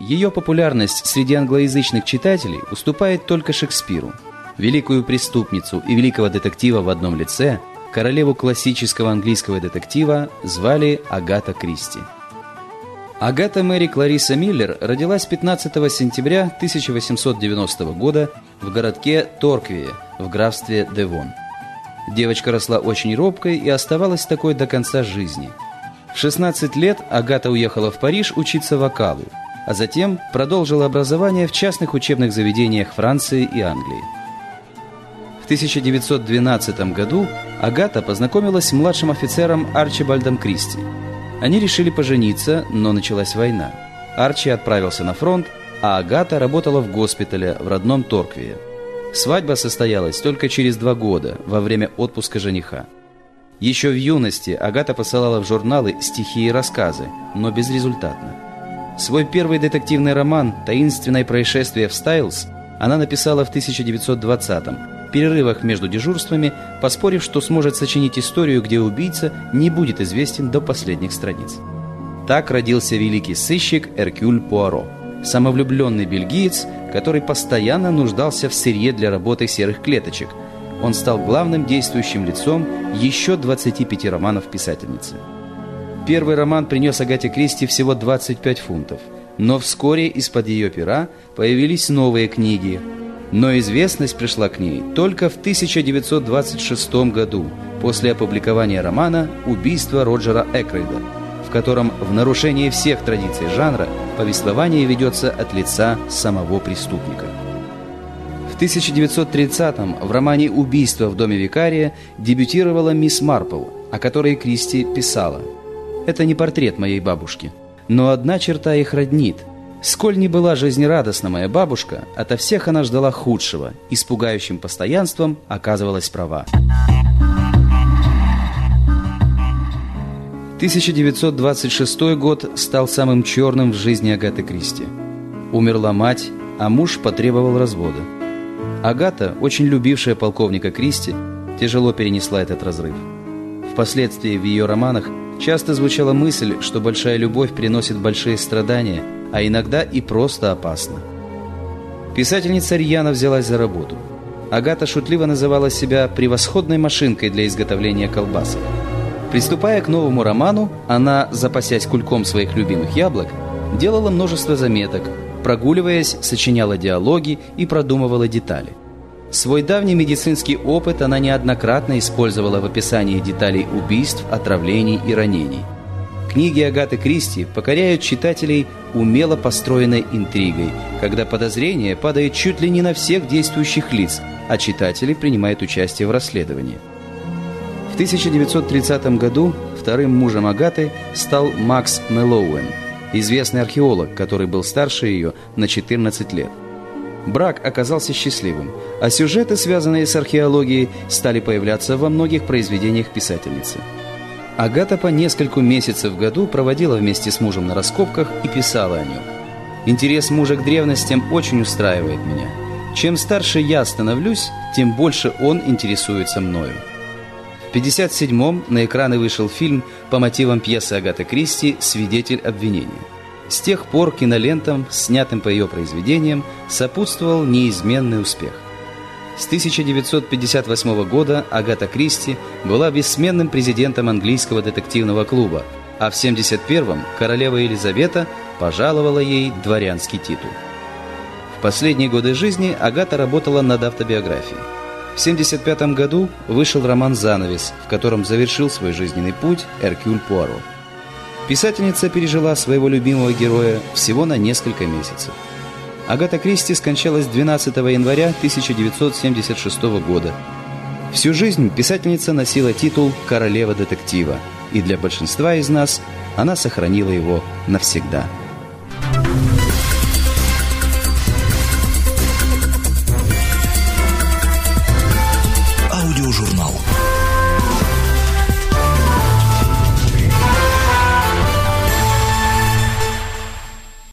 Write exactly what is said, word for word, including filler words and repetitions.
ее популярность среди англоязычных читателей уступает только Шекспиру. Великую преступницу и великого детектива в одном лице, королеву классического английского детектива, звали Агата Кристи. Агата Мэри Клариса Миллер родилась пятнадцатого сентября тысяча восемьсот девяностого года в городке Торквие в графстве Девон. Девочка росла очень робкой и оставалась такой до конца жизни. В шестнадцать лет Агата уехала в Париж учиться вокалу, а затем продолжила образование в частных учебных заведениях Франции и Англии. В тысяча девятьсот двенадцатом году Агата познакомилась с младшим офицером Арчибальдом Кристи. Они решили пожениться, но началась война. Арчи отправился на фронт, а Агата работала в госпитале в родном Торквие. Свадьба состоялась только через два года, во время отпуска жениха. Еще в юности Агата посылала в журналы стихи и рассказы, но безрезультатно. Свой первый детективный роман «Таинственное происшествие в Стайлс» она написала в тысяча девятьсот двадцатом, в перерывах между дежурствами, поспорив, что сможет сочинить историю, где убийца не будет известен до последних страниц. Так родился великий сыщик Эркюль Пуаро, самовлюбленный бельгиец, который постоянно нуждался в сырье для работы серых клеточек. Он стал главным действующим лицом еще двадцати пяти романов писательницы. Первый роман принес Агате Кристи всего двадцать пять фунтов, но вскоре из-под ее пера появились новые книги. Но известность пришла к ней только в тысяча девятьсот двадцать шестом году, после опубликования романа «Убийство Роджера Экройда», в котором в нарушении всех традиций жанра повествование ведется от лица самого преступника. В тысяча девятьсот тридцатом в романе «Убийство в доме викария» дебютировала мисс Марпл, о которой Кристи писала: «Это не портрет моей бабушки, но одна черта их роднит. Сколь ни была жизнерадостна моя бабушка, ото всех она ждала худшего, и с пугающим постоянством оказывалась права». тысяча девятьсот двадцать шестой год стал самым черным в жизни Агаты Кристи. Умерла мать, а муж потребовал развода. Агата, очень любившая полковника Кристи, тяжело перенесла этот разрыв. Впоследствии в ее романах часто звучала мысль, что большая любовь приносит большие страдания, а иногда и просто опасно. Писательница рьяно взялась за работу. Агата шутливо называла себя превосходной машинкой для изготовления колбасок. Приступая к новому роману, она, запасясь кульком своих любимых яблок, делала множество заметок, прогуливаясь, сочиняла диалоги и продумывала детали. Свой давний медицинский опыт она неоднократно использовала в описании деталей убийств, отравлений и ранений. Книги Агаты Кристи покоряют читателей умело построенной интригой, когда подозрение падает чуть ли не на всех действующих лиц, а читатели принимают участие в расследовании. В тысяча девятьсот тридцатом году вторым мужем Агаты стал Макс Мэллоуэн, известный археолог, который был старше ее на четырнадцать лет. Брак оказался счастливым, а сюжеты, связанные с археологией, стали появляться во многих произведениях писательницы. Агата по нескольку месяцев в году проводила вместе с мужем на раскопках и писала о нем. «Интерес мужа к древностям очень устраивает меня. Чем старше я становлюсь, тем больше он интересуется мною». В пятьдесят седьмом на экраны вышел фильм по мотивам пьесы Агаты Кристи «Свидетель обвинения». С тех пор кинолентам, снятым по ее произведениям, сопутствовал неизменный успех. С тысяча девятьсот пятьдесят восьмого года Агата Кристи была бессменным президентом английского детективного клуба, а в семьдесят первом королева Елизавета пожаловала ей дворянский титул. В последние годы жизни Агата работала над автобиографией. В семьдесят пятом году вышел роман «Занавес», в котором завершил свой жизненный путь Эркюль Пуаро. Писательница пережила своего любимого героя всего на несколько месяцев. Агата Кристи скончалась двенадцатого января тысяча девятьсот семьдесят шестого года. Всю жизнь писательница носила титул «Королева детектива», и для большинства из нас она сохранила его навсегда.